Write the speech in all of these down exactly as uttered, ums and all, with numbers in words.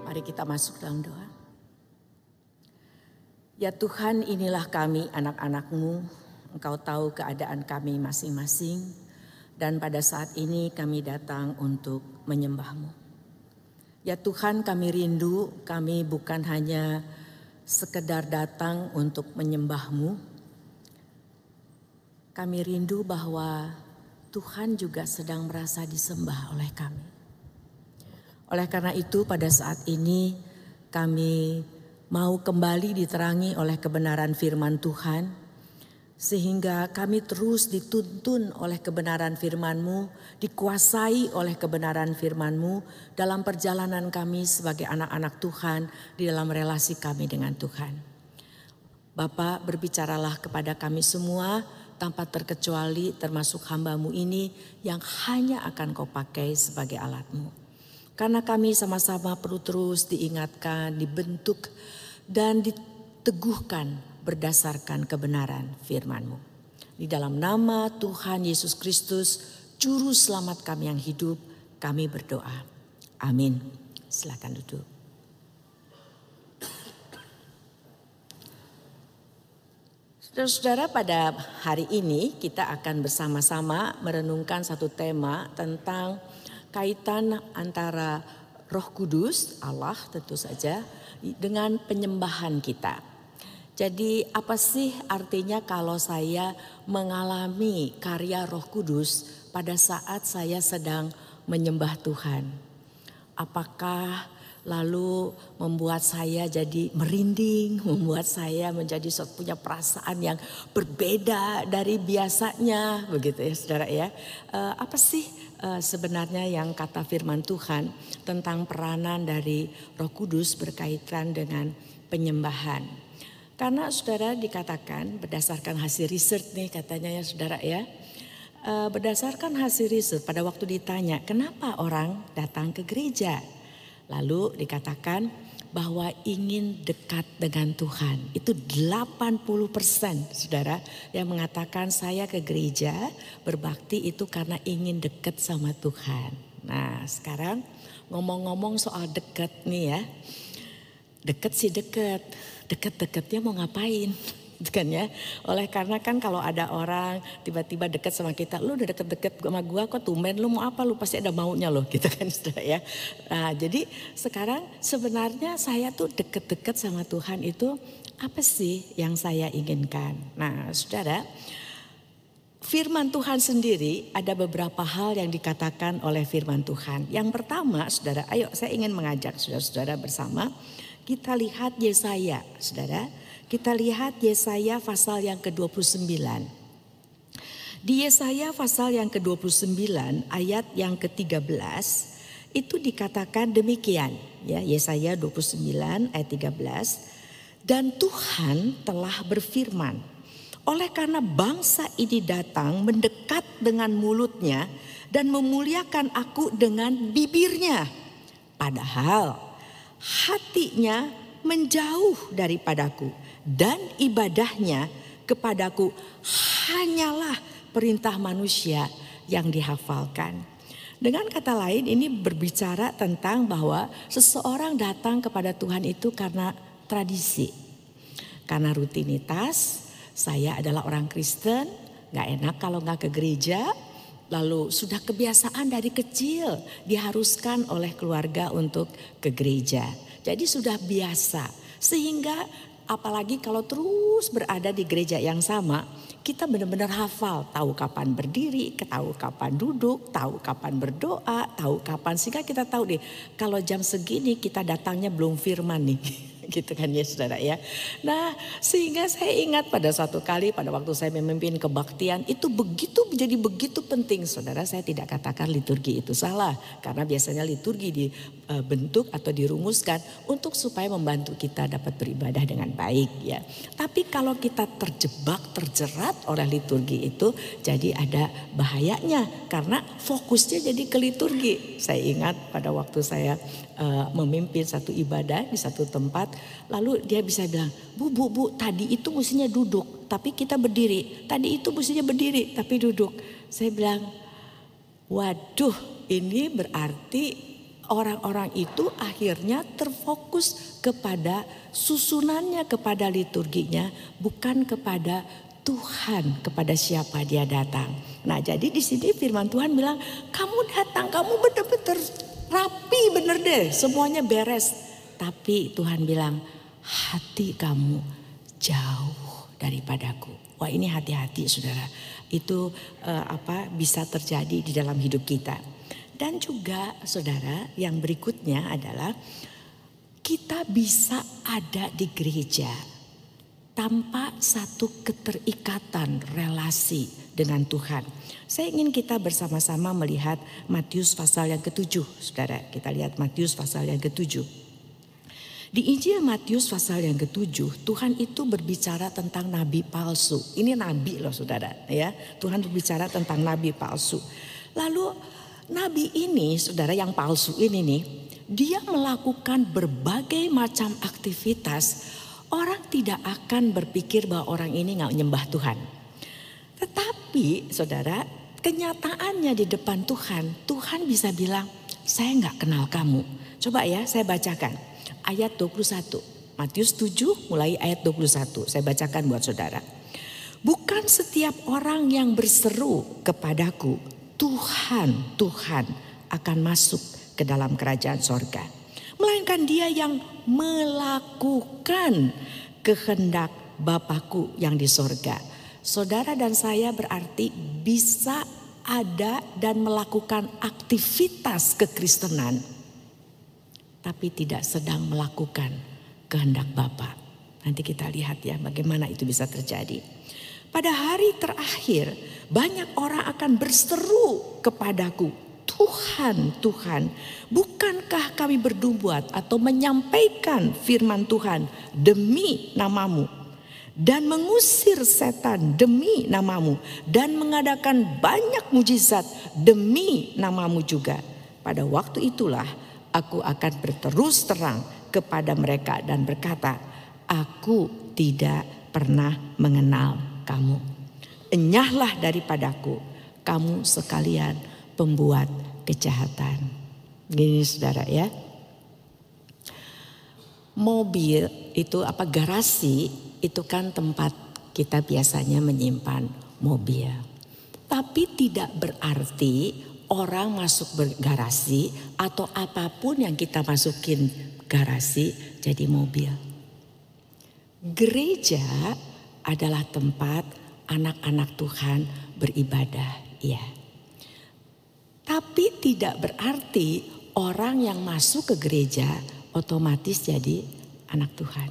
Mari kita masuk dalam doa. Ya Tuhan, inilah kami anak-anak-Mu. Engkau tahu keadaan kami masing-masing. Dan pada saat ini kami datang untuk menyembah-Mu. Ya Tuhan, kami rindu, kami bukan hanya sekedar datang untuk menyembah-Mu. Kami rindu bahwa Tuhan juga sedang merasa disembah oleh kami. Oleh karena itu pada saat ini kami mau kembali diterangi oleh kebenaran firman Tuhan. Sehingga kami terus dituntun oleh kebenaran firman-Mu, dikuasai oleh kebenaran firman-Mu dalam perjalanan kami sebagai anak-anak Tuhan di dalam relasi kami dengan Tuhan. Bapa, berbicaralah kepada kami semua tanpa terkecuali termasuk hamba-Mu ini yang hanya akan Kau pakai sebagai alat-Mu. Karena kami sama-sama perlu terus diingatkan, dibentuk dan diteguhkan berdasarkan kebenaran firman-Mu. Di dalam nama Tuhan Yesus Kristus, Juru Selamat kami yang hidup, kami berdoa. Amin. Silakan duduk. Saudara-saudara, pada hari ini kita akan bersama-sama merenungkan satu tema tentang kaitan antara Roh Kudus, Allah tentu saja, dengan penyembahan kita. Jadi apa sih artinya kalau saya mengalami karya Roh Kudus pada saat saya sedang menyembah Tuhan? Apakah lalu membuat saya jadi merinding, membuat saya menjadi punya perasaan yang berbeda dari biasanya, begitu ya saudara ya. E, apa sih e, sebenarnya yang kata firman Tuhan tentang peranan dari Roh Kudus berkaitan dengan penyembahan? Karena saudara dikatakan berdasarkan hasil riset nih katanya ya saudara ya. E, berdasarkan hasil riset pada waktu ditanya kenapa orang datang ke gereja. Lalu dikatakan bahwa ingin dekat dengan Tuhan. Itu delapan puluh persen saudara yang mengatakan saya ke gereja berbakti itu karena ingin dekat sama Tuhan. Nah sekarang ngomong-ngomong soal dekat nih ya. Dekat sih dekat. Deket-deketnya mau ngapain, kan ya? Oleh karena kan kalau ada orang tiba-tiba deket sama kita, lu udah deket-deket sama gua kok tumben, lu mau apa, lu pasti ada maunya loh, gitu kan saudara ya. Nah, jadi sekarang sebenarnya saya tuh deket-deket sama Tuhan itu apa sih yang saya inginkan? Nah, saudara, firman Tuhan sendiri ada beberapa hal yang dikatakan oleh firman Tuhan. Yang pertama, saudara, ayo saya ingin mengajak saudara-saudara bersama. Kita lihat Yesaya, saudara. Kita lihat Yesaya pasal yang ke dua puluh sembilan. Di Yesaya pasal yang ke dua puluh sembilan ayat yang ke tiga belas itu dikatakan demikian. Ya, Yesaya dua puluh sembilan ayat tiga belas. Dan Tuhan telah berfirman, oleh karena bangsa ini datang mendekat dengan mulutnya dan memuliakan aku dengan bibirnya. Padahal hatinya menjauh daripadaku dan ibadahnya kepadaku hanyalah perintah manusia yang dihafalkan. Dengan kata lain ini berbicara tentang bahwa seseorang datang kepada Tuhan itu karena tradisi. Karena rutinitas, saya adalah orang Kristen, gak enak kalau gak ke gereja. Lalu sudah kebiasaan dari kecil diharuskan oleh keluarga untuk ke gereja. Jadi sudah biasa. Sehingga apalagi kalau terus berada di gereja yang sama, kita benar-benar hafal. Tahu kapan berdiri, tahu kapan duduk, tahu kapan berdoa, tahu kapan. Sehingga kita tahu deh kalau jam segini kita datangnya belum firman nih. Gitu kan ya saudara ya. Nah sehingga saya ingat pada suatu kali pada waktu saya memimpin kebaktian itu begitu menjadi begitu penting saudara. Saya tidak katakan liturgi itu salah. Karena biasanya liturgi dibentuk atau dirumuskan untuk supaya membantu kita dapat beribadah dengan baik ya. Tapi kalau kita terjebak, terjerat oleh liturgi itu jadi ada bahayanya. Karena fokusnya jadi ke liturgi. Saya ingat pada waktu saya uh, memimpin satu ibadah di satu tempat. Lalu dia bisa bilang, bu, bu, bu tadi itu mestinya duduk tapi kita berdiri. Tadi itu mestinya berdiri tapi duduk. Saya bilang, waduh ini berarti orang-orang itu akhirnya terfokus kepada susunannya, kepada liturginya, bukan kepada Tuhan, kepada siapa dia datang. Nah, jadi di sini firman Tuhan bilang, kamu datang, kamu benar-benar rapi, bener deh, semuanya beres. Tapi Tuhan bilang, hati kamu jauh daripadaku. Wah, ini hati-hati saudara. Itu uh, apa bisa terjadi di dalam hidup kita. Dan juga saudara, yang berikutnya adalah kita bisa ada di gereja tanpa satu keterikatan relasi dengan Tuhan. Saya ingin kita bersama-sama melihat Matius pasal yang ketujuh, saudara. Kita lihat Matius pasal yang ketujuh. Di Injil Matius pasal yang ketujuh, Tuhan itu berbicara tentang nabi palsu. Ini nabi loh saudara, ya. Tuhan berbicara tentang nabi palsu. Lalu nabi ini, saudara, yang palsu ini nih, dia melakukan berbagai macam aktivitas. Orang tidak akan berpikir bahwa orang ini nggak nyembah Tuhan. Tetapi saudara, kenyataannya di depan Tuhan, Tuhan bisa bilang, saya nggak kenal kamu. Coba ya, saya bacakan ayat dua puluh satu. Matius tujuh mulai ayat dua puluh satu. Saya bacakan buat saudara. Bukan setiap orang yang berseru kepadaku, Tuhan, Tuhan, akan masuk ke dalam kerajaan sorga. Melainkan dia yang melakukan kehendak Bapakku yang di sorga. Saudara dan saya berarti bisa ada dan melakukan aktivitas kekristenan, tapi tidak sedang melakukan kehendak Bapa. Nanti kita lihat ya bagaimana itu bisa terjadi. Pada hari terakhir banyak orang akan berseru kepadaku, Tuhan, Tuhan, bukankah kami bernubuat atau menyampaikan firman Tuhan demi namamu, dan mengusir setan demi namamu, dan mengadakan banyak mujizat demi namamu juga. Pada waktu itulah aku akan berterus terang kepada mereka dan berkata, aku tidak pernah mengenal kamu. Enyahlah daripadaku, kamu sekalian pembuat kejahatan. Gini saudara ya. Mobil itu apa, garasi itu kan tempat kita biasanya menyimpan mobil. Tapi tidak berarti orang masuk garasi atau apapun yang kita masukin garasi jadi mobil. Gereja adalah tempat anak-anak Tuhan beribadah, ya. Tapi tidak berarti orang yang masuk ke gereja otomatis jadi anak Tuhan.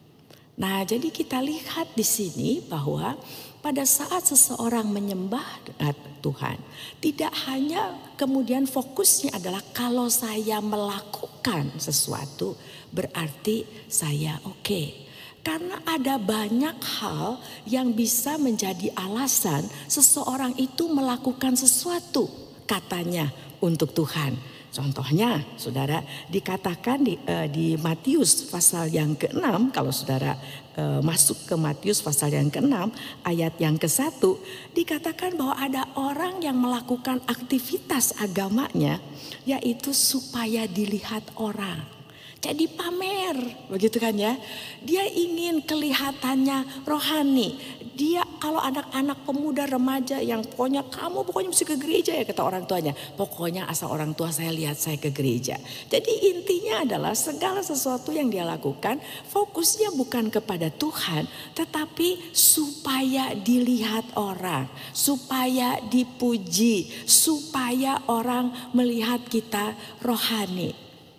Nah, jadi kita lihat di sini bahwa pada saat seseorang menyembah Tuhan, tidak hanya kemudian fokusnya adalah kalau saya melakukan sesuatu berarti saya oke. Okay. Karena ada banyak hal yang bisa menjadi alasan seseorang itu melakukan sesuatu katanya untuk Tuhan. Contohnya saudara dikatakan di, uh, di Matius pasal yang keenam, kalau saudara uh, masuk ke Matius pasal yang keenam ayat yang ke satu, dikatakan bahwa ada orang yang melakukan aktivitas agamanya yaitu supaya dilihat orang. Jadi pamer, begitu kan ya. Dia ingin kelihatannya rohani. Dia kalau anak-anak pemuda remaja yang pokoknya kamu pokoknya mesti ke gereja ya kata orang tuanya. Pokoknya asal orang tua saya lihat saya ke gereja. Jadi intinya adalah segala sesuatu yang dia lakukan fokusnya bukan kepada Tuhan. Tetapi supaya dilihat orang. Supaya dipuji. Supaya orang melihat kita rohani.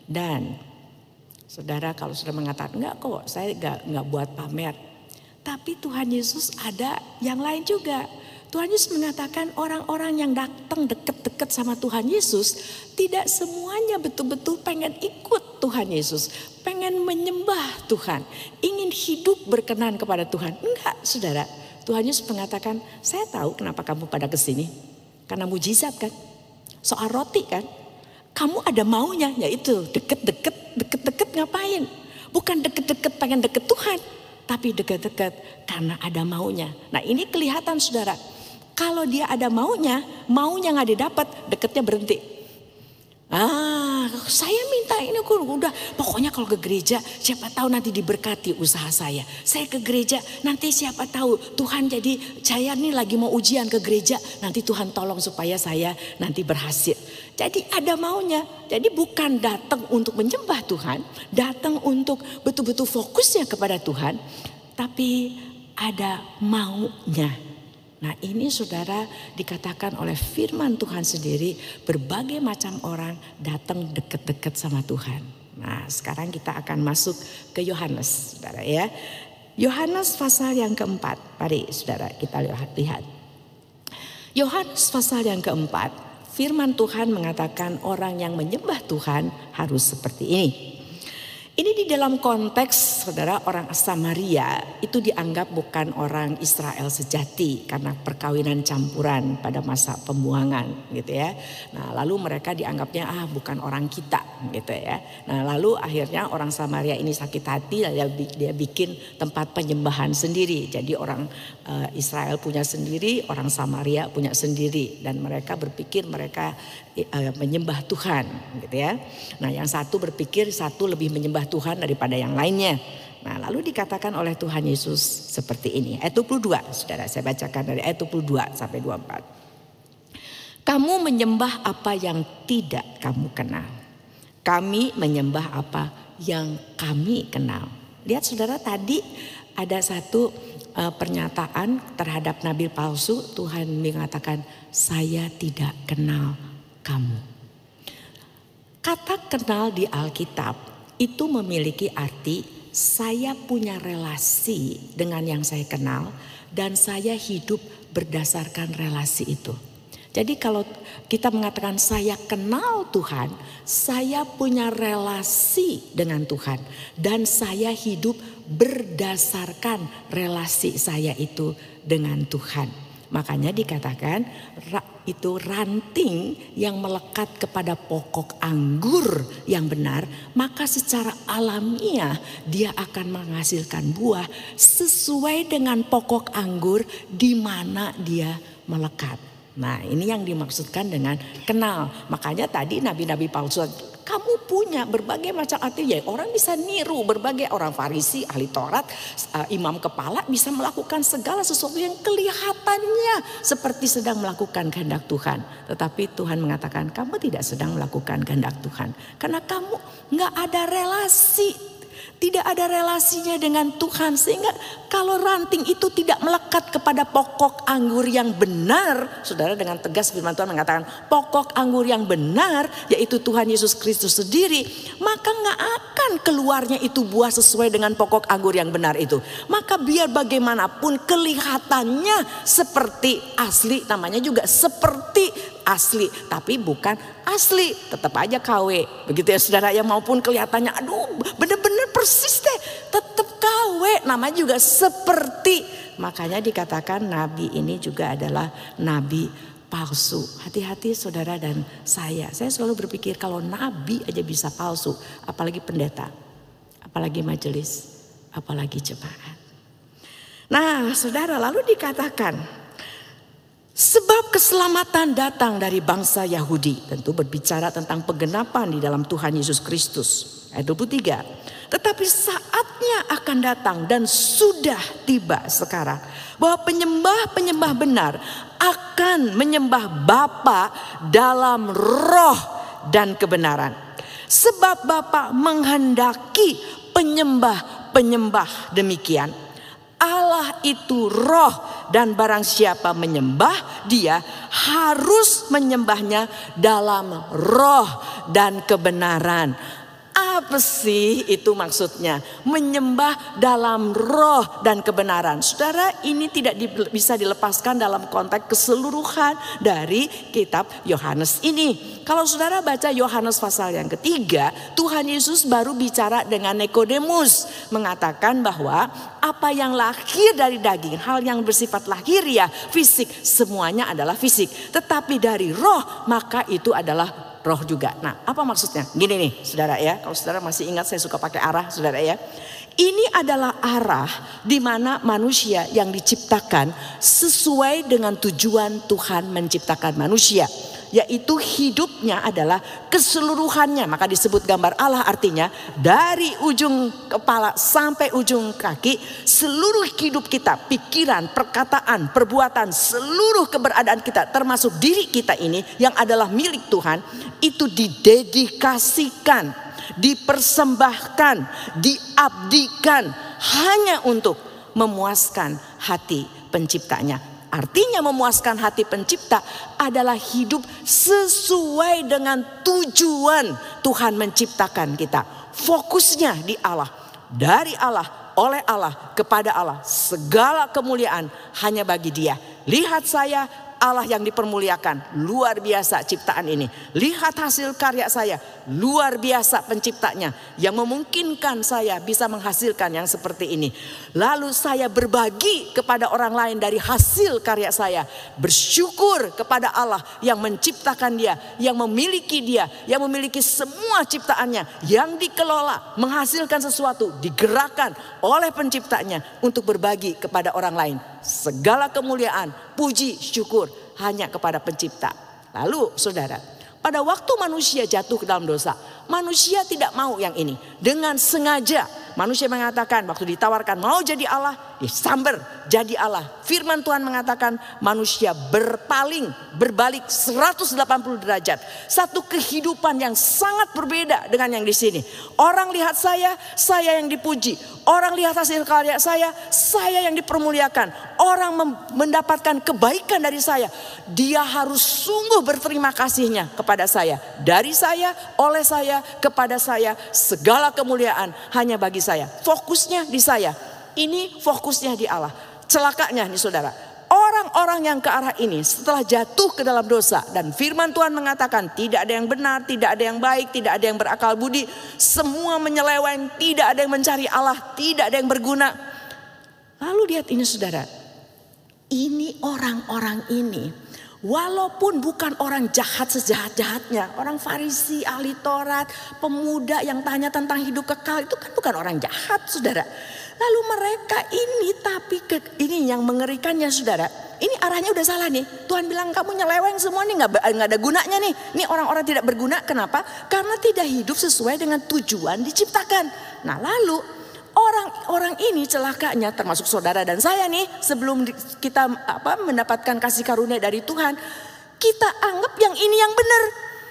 Dan saudara kalau sudah mengatakan enggak kok saya enggak, enggak buat pamer. Tapi Tuhan Yesus ada yang lain juga. Tuhan Yesus mengatakan orang-orang yang datang dekat-dekat sama Tuhan Yesus tidak semuanya betul-betul pengen ikut Tuhan Yesus. Pengen menyembah Tuhan. Ingin hidup berkenan kepada Tuhan. Enggak saudara. Tuhan Yesus mengatakan saya tahu kenapa kamu pada kesini. Karena mujizat kan. Soal roti kan. Kamu ada maunya yaitu deket-deket, deket-deket ngapain? Bukan deket-deket pengen deket Tuhan. Tapi deket-deket karena ada maunya. Nah ini kelihatan saudara. Kalau dia ada maunya, maunya gak didapat, deketnya berhenti. Ah, saya minta ini aku udah pokoknya kalau ke gereja siapa tahu nanti diberkati usaha saya. Saya ke gereja nanti siapa tahu Tuhan jadi saya nih lagi mau ujian ke gereja nanti Tuhan tolong supaya saya nanti berhasil. Jadi ada maunya. Jadi bukan datang untuk menyembah Tuhan, datang untuk betul-betul fokusnya kepada Tuhan, tapi ada maunya. Nah ini saudara dikatakan oleh firman Tuhan sendiri berbagai macam orang datang deket-deket sama Tuhan. Nah sekarang kita akan masuk ke Yohanes saudara ya. Yohanes pasal yang keempat. Mari saudara kita lihat. Yohanes pasal yang keempat. Firman Tuhan mengatakan orang yang menyembah Tuhan harus seperti ini. Ini di dalam konteks saudara orang Samaria itu dianggap bukan orang Israel sejati karena perkawinan campuran pada masa pembuangan gitu ya. Nah lalu mereka dianggapnya ah bukan orang kita gitu ya. Nah lalu akhirnya orang Samaria ini sakit hati dia bikin tempat penyembahan sendiri. Jadi orang uh, Israel punya sendiri, orang Samaria punya sendiri dan mereka berpikir mereka uh, menyembah Tuhan gitu ya. Nah yang satu berpikir satu lebih menyembah Tuhan daripada yang lainnya. Nah lalu dikatakan oleh Tuhan Yesus seperti ini. Ayat dua puluh dua saudara saya bacakan dari ayat dua puluh dua sampai dua puluh empat. Kamu menyembah apa yang tidak kamu kenal. Kami menyembah apa yang kami kenal. Lihat saudara tadi ada satu uh, pernyataan terhadap nabi palsu. Tuhan mengatakan saya tidak kenal kamu. Kata kenal di Alkitab itu memiliki arti saya punya relasi dengan yang saya kenal dan saya hidup berdasarkan relasi itu. Jadi kalau kita mengatakan saya kenal Tuhan, saya punya relasi dengan Tuhan dan saya hidup berdasarkan relasi saya itu dengan Tuhan. Makanya dikatakan itu ranting yang melekat kepada pokok anggur yang benar, maka secara alamiah dia akan menghasilkan buah sesuai dengan pokok anggur di mana dia melekat. Nah ini yang dimaksudkan dengan kenal. Makanya tadi nabi-nabi palsu kamu punya berbagai macam arti ya. Orang bisa niru berbagai orang Farisi, ahli Taurat, uh, imam kepala bisa melakukan segala sesuatu yang kelihatannya seperti sedang melakukan kehendak Tuhan. Tetapi Tuhan mengatakan kamu tidak sedang melakukan kehendak Tuhan. Karena kamu gak ada relasi. Tidak ada relasinya dengan Tuhan. Sehingga kalau ranting itu tidak melekat kepada pokok anggur yang benar. Saudara dengan tegas firman Tuhan mengatakan pokok anggur yang benar yaitu Tuhan Yesus Kristus sendiri. Maka gak akan keluarnya itu buah sesuai dengan pokok anggur yang benar itu. Maka biar bagaimanapun kelihatannya seperti asli. Namanya juga seperti asli. Tapi bukan asli. Tetap aja K W. Begitu ya saudara ya. Maupun kelihatannya aduh bener-bener persis deh. Tetap K W. Namanya juga seperti. Makanya dikatakan nabi ini juga adalah nabi palsu. Hati-hati saudara dan saya. Saya selalu berpikir kalau nabi aja bisa palsu. Apalagi pendeta. Apalagi majelis. Apalagi jemaat. Nah saudara lalu dikatakan. Sebab keselamatan datang dari bangsa Yahudi. Tentu berbicara tentang penggenapan di dalam Tuhan Yesus Kristus. Ayat dua puluh tiga. Tetapi saatnya akan datang dan sudah tiba sekarang. Bahwa penyembah-penyembah benar akan menyembah Bapa dalam roh dan kebenaran. Sebab Bapa menghendaki penyembah-penyembah demikian. Allah itu roh dan barang siapa menyembah dia harus menyembahnya dalam roh dan kebenaran. Apa sih itu maksudnya? Menyembah dalam roh dan kebenaran. Saudara ini tidak di, bisa dilepaskan dalam konteks keseluruhan dari kitab Yohanes ini. Kalau saudara baca Yohanes pasal yang ketiga, Tuhan Yesus baru bicara dengan Nikodemus. Mengatakan bahwa apa yang lahir dari daging, hal yang bersifat lahiriah, fisik, semuanya adalah fisik. Tetapi dari roh, maka itu adalah roh juga. Nah apa maksudnya? Gini nih saudara ya. Kalau saudara masih ingat saya suka pakai arah saudara ya. Ini adalah arah di mana manusia yang diciptakan sesuai dengan tujuan Tuhan menciptakan manusia. yaitu hidupnya adalah keseluruhannya. Maka disebut gambar Allah, artinya dari ujung kepala sampai ujung kaki, seluruh hidup kita, pikiran, perkataan, perbuatan, seluruh keberadaan kita termasuk diri kita ini yang adalah milik Tuhan, itu didedikasikan, dipersembahkan, diabdikan hanya untuk memuaskan hati penciptanya. Artinya memuaskan hati pencipta adalah hidup sesuai dengan tujuan Tuhan menciptakan kita. Fokusnya di Allah, dari Allah, oleh Allah, kepada Allah. Segala kemuliaan hanya bagi Dia. Lihat saya, Allah yang dipermuliakan, luar biasa ciptaan ini. Lihat hasil karya saya, luar biasa penciptanya yang memungkinkan saya bisa menghasilkan yang seperti ini. Lalu saya berbagi kepada orang lain dari hasil karya saya. Bersyukur kepada Allah yang menciptakan dia, yang memiliki dia, yang memiliki semua ciptaannya, yang dikelola, menghasilkan sesuatu, digerakkan oleh penciptanya untuk berbagi kepada orang lain. Segala kemuliaan, puji, syukur hanya kepada pencipta. Lalu saudara, pada waktu manusia jatuh ke dalam dosa, manusia tidak mau yang ini. Dengan sengaja manusia mengatakan, waktu ditawarkan mau jadi Allah, disamber jadi Allah. Firman Tuhan mengatakan manusia berpaling, berbalik seratus delapan puluh derajat. Satu kehidupan yang sangat berbeda dengan yang di sini. Orang lihat saya, saya yang dipuji. Orang lihat hasil karya saya, saya yang dipermuliakan. Orang mendapatkan kebaikan dari saya, dia harus sungguh berterima kasihnya kepada saya. Dari saya, oleh saya, kepada saya, segala kemuliaan hanya bagi saya. Fokusnya di saya. Ini fokusnya di Allah. Celakanya nih saudara, orang-orang yang ke arah ini setelah jatuh ke dalam dosa, dan firman Tuhan mengatakan tidak ada yang benar, tidak ada yang baik, tidak ada yang berakal budi, semua menyeleweng, tidak ada yang mencari Allah, tidak ada yang berguna. Lalu lihat ini saudara, ini orang-orang ini walaupun bukan orang jahat sejahat-jahatnya, orang Farisi, ahli Taurat, pemuda yang tanya tentang hidup kekal, itu kan bukan orang jahat saudara. Lalu mereka ini, tapi ke, ini yang mengerikannya saudara, ini arahnya udah salah nih. Tuhan bilang kamu nyeleweng semua nih, gak, gak ada gunanya nih. Ini orang-orang tidak berguna, kenapa? Karena tidak hidup sesuai dengan tujuan diciptakan. Nah lalu orang-orang ini celakanya, termasuk saudara dan saya nih, sebelum kita apa, mendapatkan kasih karunia dari Tuhan, kita anggap yang ini yang benar.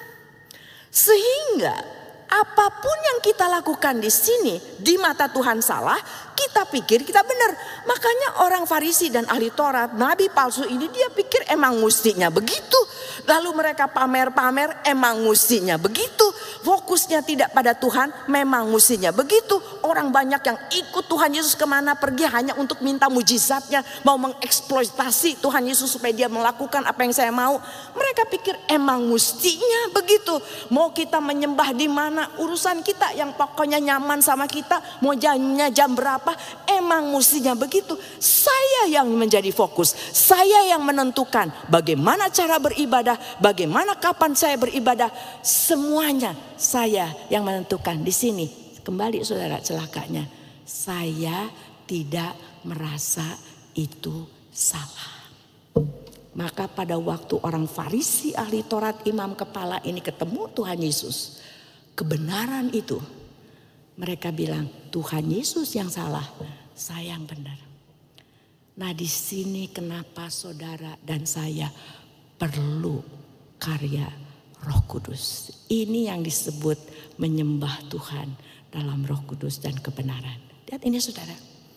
Sehingga apapun yang kita lakukan di sini di mata Tuhan salah, kita pikir kita benar. Makanya orang Farisi dan ahli Taurat, nabi palsu ini, dia pikir emang mustinya begitu. Lalu mereka pamer-pamer, emang mustinya begitu. Fokusnya tidak pada Tuhan, memang mustinya begitu. Orang banyak yang ikut Tuhan Yesus kemana pergi hanya untuk minta mujizatnya, mau mengeksploitasi Tuhan Yesus supaya dia melakukan apa yang saya mau. Mereka pikir emang mustinya begitu. Mau kita menyembah di mana, urusan kita, yang pokoknya nyaman sama kita, mau jamnya jam berapa, emang mustinya begitu. Saya yang menjadi fokus, saya yang menentukan bagaimana cara beribadah, bagaimana kapan saya beribadah, semuanya saya yang menentukan. Di sini kembali saudara celakanya, saya tidak merasa itu salah. Maka pada waktu orang Farisi, ahli Taurat, imam kepala ini ketemu Tuhan Yesus, kebenaran itu, mereka bilang Tuhan Yesus yang salah, saya yang benar. Nah di sini kenapa saudara dan saya perlu karya Roh Kudus. Ini yang disebut menyembah Tuhan dalam Roh Kudus dan kebenaran. Lihat ini saudara,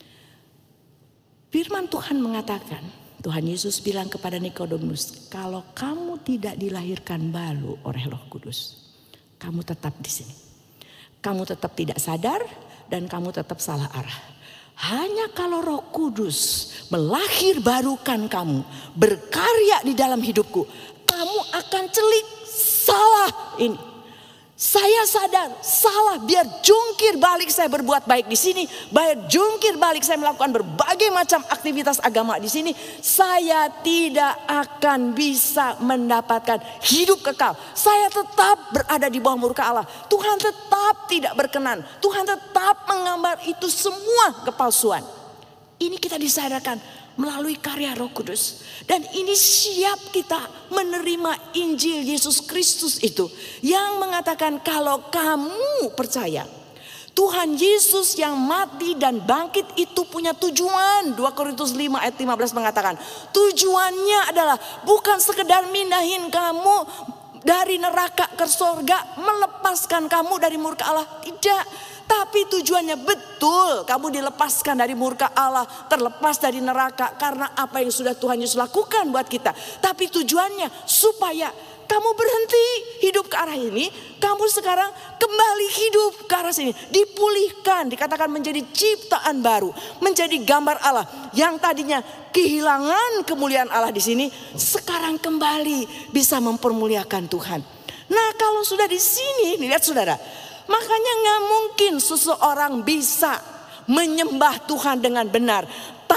firman Tuhan mengatakan, Tuhan Yesus bilang kepada Nikodemus, kalau kamu tidak dilahirkan baru oleh Roh Kudus, kamu tetap di sini. Kamu tetap tidak sadar dan kamu tetap salah arah. Hanya kalau Roh Kudus melahir barukan kamu, berkarya di dalam hidupku, kamu akan celik salah ini. Saya sadar salah, biar jungkir balik saya berbuat baik di sini, biar jungkir balik saya melakukan berbagai macam aktivitas agama di sini, saya tidak akan bisa mendapatkan hidup kekal. Saya tetap berada di bawah murka Allah. Tuhan tetap tidak berkenan. Tuhan tetap menggambar itu semua kepalsuan. Ini kita disadarkan. melalui karya Roh Kudus. Dan ini siap kita menerima Injil Yesus Kristus itu, yang mengatakan kalau kamu percaya Tuhan Yesus yang mati dan bangkit itu punya tujuan. dua Korintus lima ayat lima belas mengatakan tujuannya adalah bukan sekedar mindahin kamu dari neraka ke surga, melepaskan kamu dari murka Allah. Tidak. Tapi tujuannya betul kamu dilepaskan dari murka Allah, terlepas dari neraka karena apa yang sudah Tuhan Yesus lakukan buat kita. Tapi tujuannya supaya kamu berhenti hidup ke arah ini, kamu sekarang kembali hidup ke arah sini, dipulihkan, dikatakan menjadi ciptaan baru, menjadi gambar Allah yang tadinya kehilangan kemuliaan Allah di sini, sekarang kembali bisa mempermuliakan Tuhan. Nah, kalau sudah di sini, lihat saudara, makanya nggak mungkin seseorang bisa menyembah Tuhan dengan benar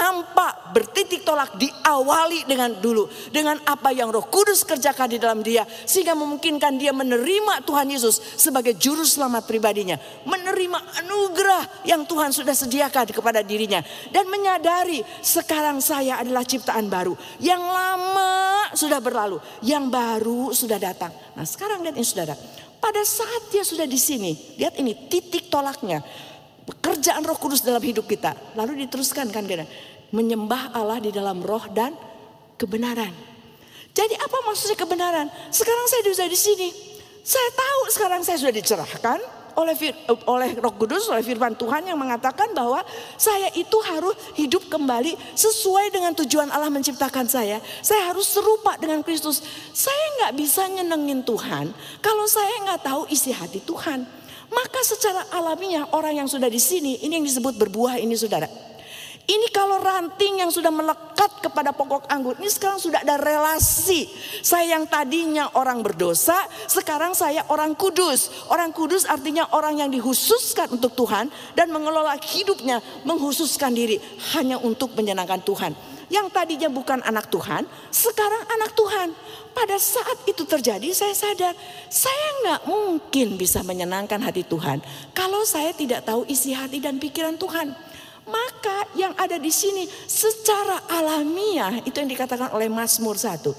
tanpa bertitik tolak diawali dengan dulu dengan apa yang Roh Kudus kerjakan di dalam dia, sehingga memungkinkan dia menerima Tuhan Yesus sebagai juru selamat pribadinya, menerima anugerah yang Tuhan sudah sediakan kepada dirinya, dan menyadari sekarang saya adalah ciptaan baru, yang lama sudah berlalu, yang baru sudah datang. Nah, sekarang lihat ini saudara, pada saat dia sudah di sini, lihat ini titik tolaknya. Pekerjaan Roh Kudus dalam hidup kita. Lalu diteruskan kan kita menyembah Allah di dalam roh dan kebenaran. Jadi apa maksudnya kebenaran? Sekarang saya sudah di sini. Saya tahu sekarang saya sudah dicerahkan oleh oleh Roh Kudus, oleh firman Tuhan yang mengatakan bahwa saya itu harus hidup kembali sesuai dengan tujuan Allah menciptakan saya. Saya harus serupa dengan Kristus. Saya nggak bisa nyenengin Tuhan kalau saya nggak tahu isi hati Tuhan. Maka secara alamiah orang yang sudah di sini, ini yang disebut berbuah ini saudara. Ini kalau ranting yang sudah melekat kepada pokok anggur, ini sekarang sudah ada relasi. Saya yang tadinya orang berdosa, sekarang saya orang kudus. Orang kudus artinya orang yang dikhususkan untuk Tuhan dan mengelola hidupnya, menghususkan diri hanya untuk menyenangkan Tuhan. Yang tadinya bukan anak Tuhan, sekarang anak Tuhan. Pada saat itu terjadi, saya sadar saya nggak mungkin bisa menyenangkan hati Tuhan kalau saya tidak tahu isi hati dan pikiran Tuhan. Maka yang ada di sini secara alamiah, itu yang dikatakan oleh Mazmur satu.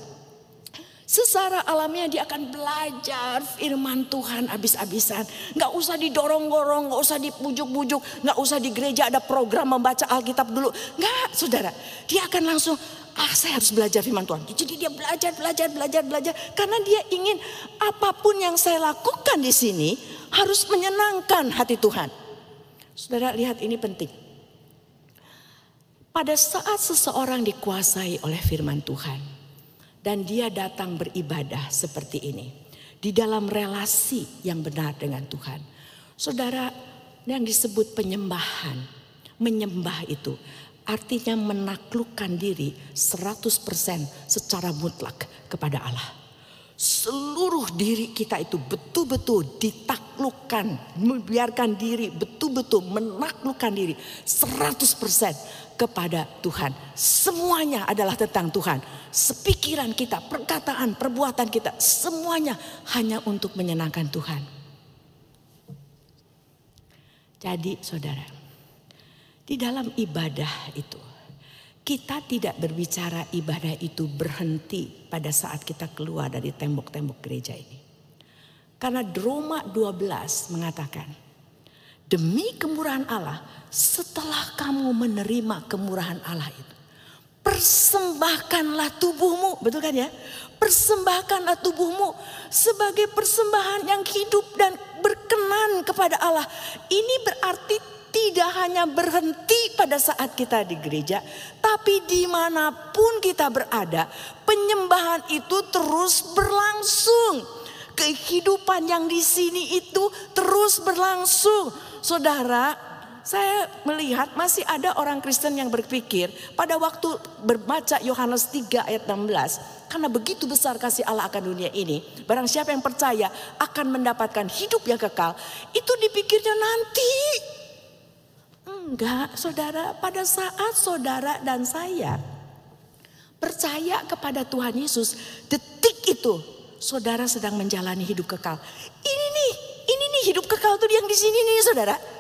Secara alamiah dia akan belajar firman Tuhan habis-habisan. Gak usah didorong-dorong, gak usah dipujuk-pujuk, gak usah di gereja ada program membaca Alkitab dulu. Gak, saudara. Dia akan langsung, ah saya harus belajar firman Tuhan. Jadi dia belajar, belajar, belajar, belajar. Karena dia ingin apapun yang saya lakukan di sini harus menyenangkan hati Tuhan. Saudara lihat ini penting. Pada saat seseorang dikuasai oleh firman Tuhan dan dia datang beribadah seperti ini, di dalam relasi yang benar dengan Tuhan. Saudara, yang disebut penyembahan, menyembah itu artinya menaklukkan diri seratus persen secara mutlak kepada Allah. Seluruh diri kita itu betul-betul ditaklukkan, membiarkan diri betul-betul menaklukkan diri seratus persen kepada Tuhan. Semuanya adalah tentang Tuhan. Sepikiran kita, perkataan, perbuatan kita, semuanya hanya untuk menyenangkan Tuhan. Jadi saudara, di dalam ibadah itu, kita tidak berbicara ibadah itu berhenti pada saat kita keluar dari tembok-tembok gereja ini. Karena Roma dua belas mengatakan, demi kemurahan Allah, setelah kamu menerima kemurahan Allah itu, persembahkanlah tubuhmu, betul kan ya? Persembahkanlah tubuhmu sebagai persembahan yang hidup dan berkenan kepada Allah. Ini berarti tidak hanya berhenti pada saat kita di gereja, tapi dimanapun kita berada, penyembahan itu terus berlangsung. Kehidupan yang di sini itu terus berlangsung. Saudara, saya melihat masih ada orang Kristen yang berpikir pada waktu berbaca Yohanes tiga ayat enam belas, karena begitu besar kasih Allah akan dunia ini, barang siapa yang percaya akan mendapatkan hidup yang kekal. Itu dipikirnya nanti. Enggak, saudara, pada saat saudara dan saya percaya kepada Tuhan Yesus, detik itu saudara sedang menjalani hidup kekal. Ini nih, ini nih hidup kekal tuh yang di sini nih, saudara.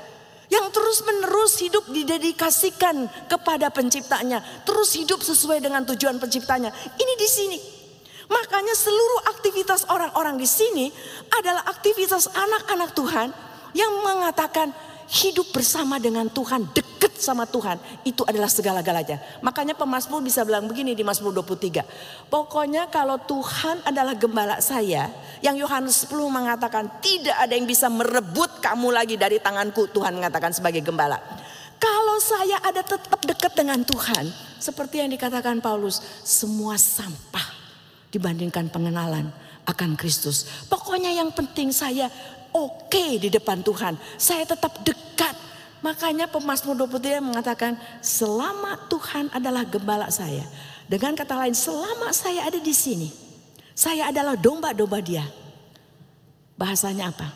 Yang terus menerus hidup didedikasikan kepada penciptanya. Terus hidup sesuai dengan tujuan penciptanya. Ini di sini. Makanya seluruh aktivitas orang-orang di sini adalah aktivitas anak-anak Tuhan yang mengatakan hidup bersama dengan Tuhan, dekat sama Tuhan. Itu adalah segala-galanya. Makanya pemazmur bisa bilang begini di Mazmur dua puluh tiga. Pokoknya kalau Tuhan adalah gembala saya, yang Yohanes sepuluh mengatakan tidak ada yang bisa merebut kamu lagi dari tanganku, Tuhan mengatakan sebagai gembala. Kalau saya ada tetap dekat dengan Tuhan, seperti yang dikatakan Paulus, semua sampah dibandingkan pengenalan akan Kristus. Pokoknya yang penting saya oke okay di depan Tuhan. Saya tetap dekat. Makanya pemazmur dua puluh tiga mengatakan selama Tuhan adalah gembala saya. Dengan kata lain, selama saya ada di sini, saya adalah domba-domba Dia. Bahasanya apa?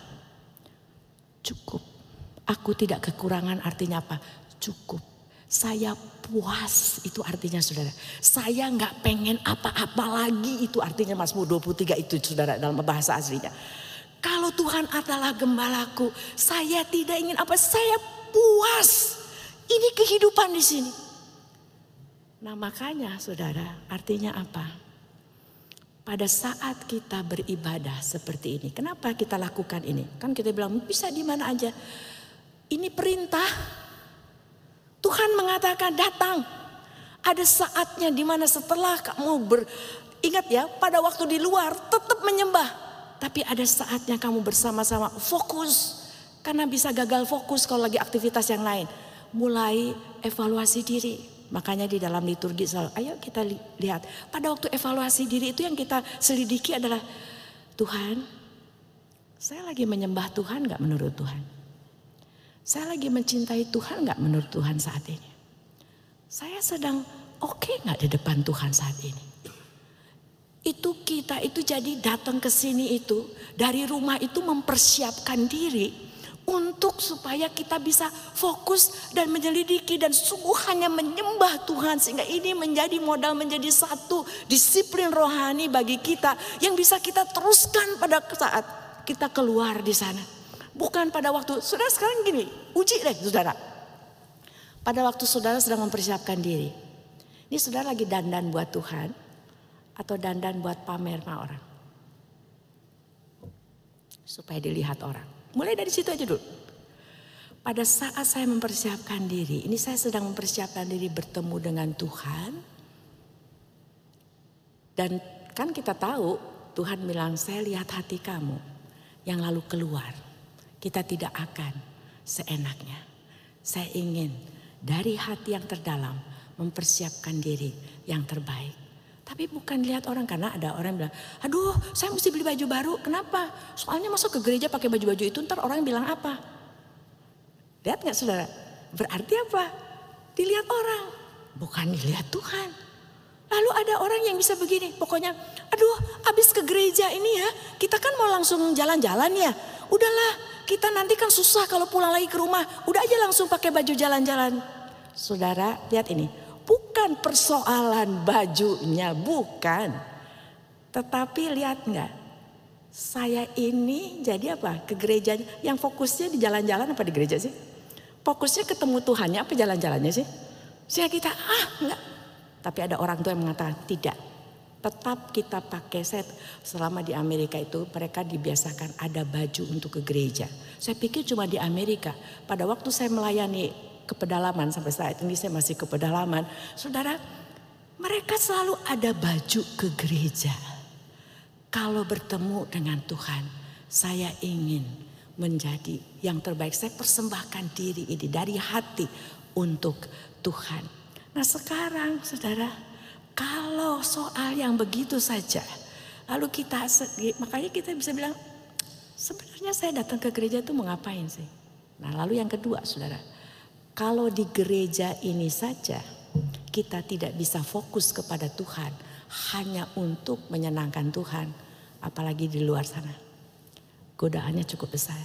Cukup. Aku tidak kekurangan, artinya apa? Cukup. Saya puas, itu artinya saudara. Saya nggak pengen apa-apa lagi, itu artinya Mazmur dua puluh tiga itu saudara dalam bahasa aslinya. Kalau Tuhan adalah gembalaku, saya tidak ingin apa, saya puas. Ini kehidupan di sini. Nah makanya saudara, artinya apa? Pada saat kita beribadah seperti ini, kenapa kita lakukan ini? Kan kita bilang bisa di mana aja. Ini perintah. Tuhan mengatakan datang. Ada saatnya di mana setelah kamu ber, ingat ya, pada waktu di luar tetap menyembah. Tapi ada saatnya kamu bersama-sama fokus. Karena bisa gagal fokus kalau lagi aktivitas yang lain. Mulai evaluasi diri. Makanya di dalam liturgi selalu, ayo kita lihat. Pada waktu evaluasi diri itu yang kita selidiki adalah, Tuhan, saya lagi menyembah Tuhan gak menurut Tuhan? Saya lagi mencintai Tuhan gak menurut Tuhan saat ini? Saya sedang oke okay gak di depan Tuhan saat ini? Itu kita itu jadi datang ke sini itu dari rumah itu mempersiapkan diri untuk supaya kita bisa fokus dan menyelidiki dan sungguh hanya menyembah Tuhan, sehingga ini menjadi modal, menjadi satu disiplin rohani bagi kita yang bisa kita teruskan pada saat kita keluar di sana. Bukan pada waktu, saudara sekarang gini, uji deh saudara. Pada waktu saudara sedang mempersiapkan diri, ini saudara lagi dandan buat Tuhan atau dandan buat pamer sama orang supaya dilihat orang. Mulai dari situ aja dulu. Pada saat saya mempersiapkan diri, ini saya sedang mempersiapkan diri bertemu dengan Tuhan. Dan kan kita tahu Tuhan bilang, saya lihat hati kamu yang lalu keluar. Kita tidak akan seenaknya. Saya ingin dari hati yang terdalam mempersiapkan diri yang terbaik. Tapi bukan lihat orang, karena ada orang bilang, aduh saya mesti beli baju baru, kenapa? Soalnya masuk ke gereja pakai baju-baju itu ntar orang bilang apa? Lihat gak saudara? Berarti apa? Dilihat orang, bukan dilihat Tuhan. Lalu ada orang yang bisa begini, pokoknya aduh abis ke gereja ini ya, kita kan mau langsung jalan-jalan ya. Udahlah, kita nanti kan susah kalau pulang lagi ke rumah, udah aja langsung pakai baju jalan-jalan. Saudara lihat ini. Bukan persoalan bajunya, bukan. Tetapi lihat enggak, saya ini jadi apa? Ke gerejanya, yang fokusnya di jalan-jalan apa di gereja sih? Fokusnya ketemu Tuhannya apa jalan-jalannya sih? Sehingga kita, ah enggak. Tapi ada orang tua yang mengatakan tidak. Tetap kita pakai set. Selama di Amerika itu mereka dibiasakan ada baju untuk ke gereja. Saya pikir cuma di Amerika. Pada waktu saya melayani ke pedalaman, sampai saat ini saya masih ke pedalaman. Saudara, mereka selalu ada baju ke gereja. Kalau bertemu dengan Tuhan, saya ingin menjadi yang terbaik. Saya persembahkan diri ini dari hati untuk Tuhan. Nah sekarang saudara, kalau soal yang begitu saja, lalu kita, makanya kita bisa bilang, sebenarnya saya datang ke gereja itu mau ngapain sih? Nah lalu yang kedua saudara, kalau di gereja ini saja kita tidak bisa fokus kepada Tuhan hanya untuk menyenangkan Tuhan, apalagi di luar sana. Godaannya cukup besar.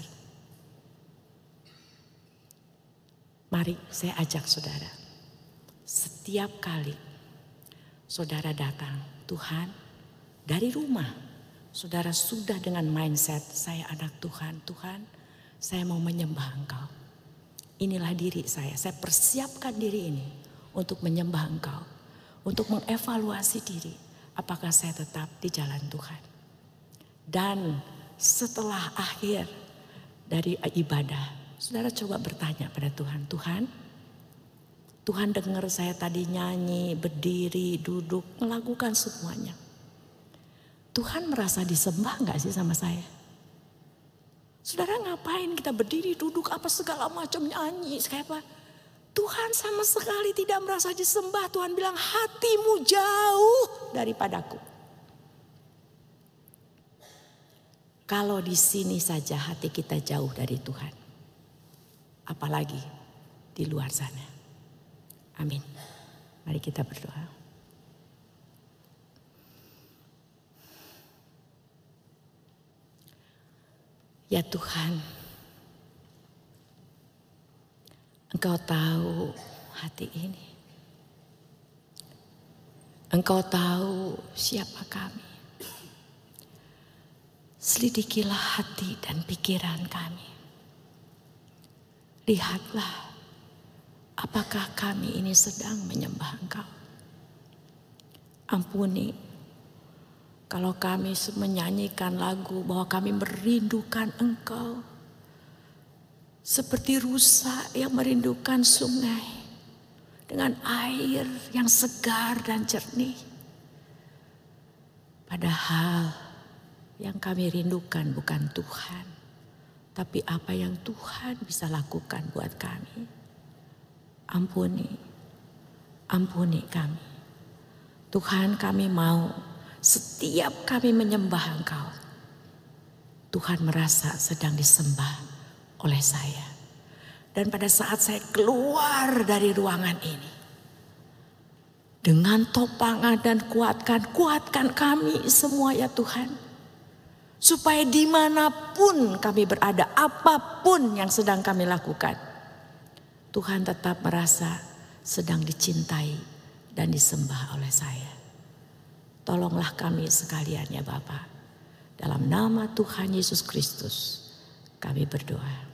Mari saya ajak saudara, setiap kali saudara datang, Tuhan dari rumah, saudara sudah dengan mindset saya anak Tuhan, Tuhan saya mau menyembah Engkau. inilah diri saya. Saya persiapkan diri ini untuk menyembah Engkau. Untuk mengevaluasi diri. Apakah saya tetap di jalan Tuhan. Dan setelah akhir dari ibadah, saudara coba bertanya pada Tuhan. Tuhan, Tuhan dengar saya tadi nyanyi, berdiri, duduk, melakukan semuanya. Tuhan merasa disembah gak sih sama saya? Saudara ngapain kita berdiri, duduk, apa segala macam nyanyi, kayak apa? Tuhan sama sekali tidak merasa disembah. Tuhan bilang hatimu jauh daripadaku. Kalau di sini saja hati kita jauh dari Tuhan. Apalagi di luar sana. Amin. Mari kita berdoa. Ya Tuhan, Engkau tahu hati ini. Engkau tahu siapa kami. Selidikilah hati dan pikiran kami. Lihatlah. Apakah kami ini sedang menyembah Engkau? Ampuni kalau kami menyanyikan lagu bahwa kami merindukan Engkau. Seperti rusa yang merindukan sungai dengan air yang segar dan jernih. Padahal yang kami rindukan bukan Tuhan. Tapi apa yang Tuhan bisa lakukan buat kami. Ampuni, ampuni kami. Tuhan, kami mau setiap kami menyembah Engkau, Tuhan merasa sedang disembah oleh saya. Dan pada saat saya keluar dari ruangan ini, dengan topangan dan kuatkan, kuatkan kami semua ya Tuhan. Supaya dimanapun kami berada, apapun yang sedang kami lakukan, Tuhan tetap merasa sedang dicintai dan disembah oleh saya. Tolonglah kami sekalian ya Bapa. Dalam nama Tuhan Yesus Kristus kami berdoa.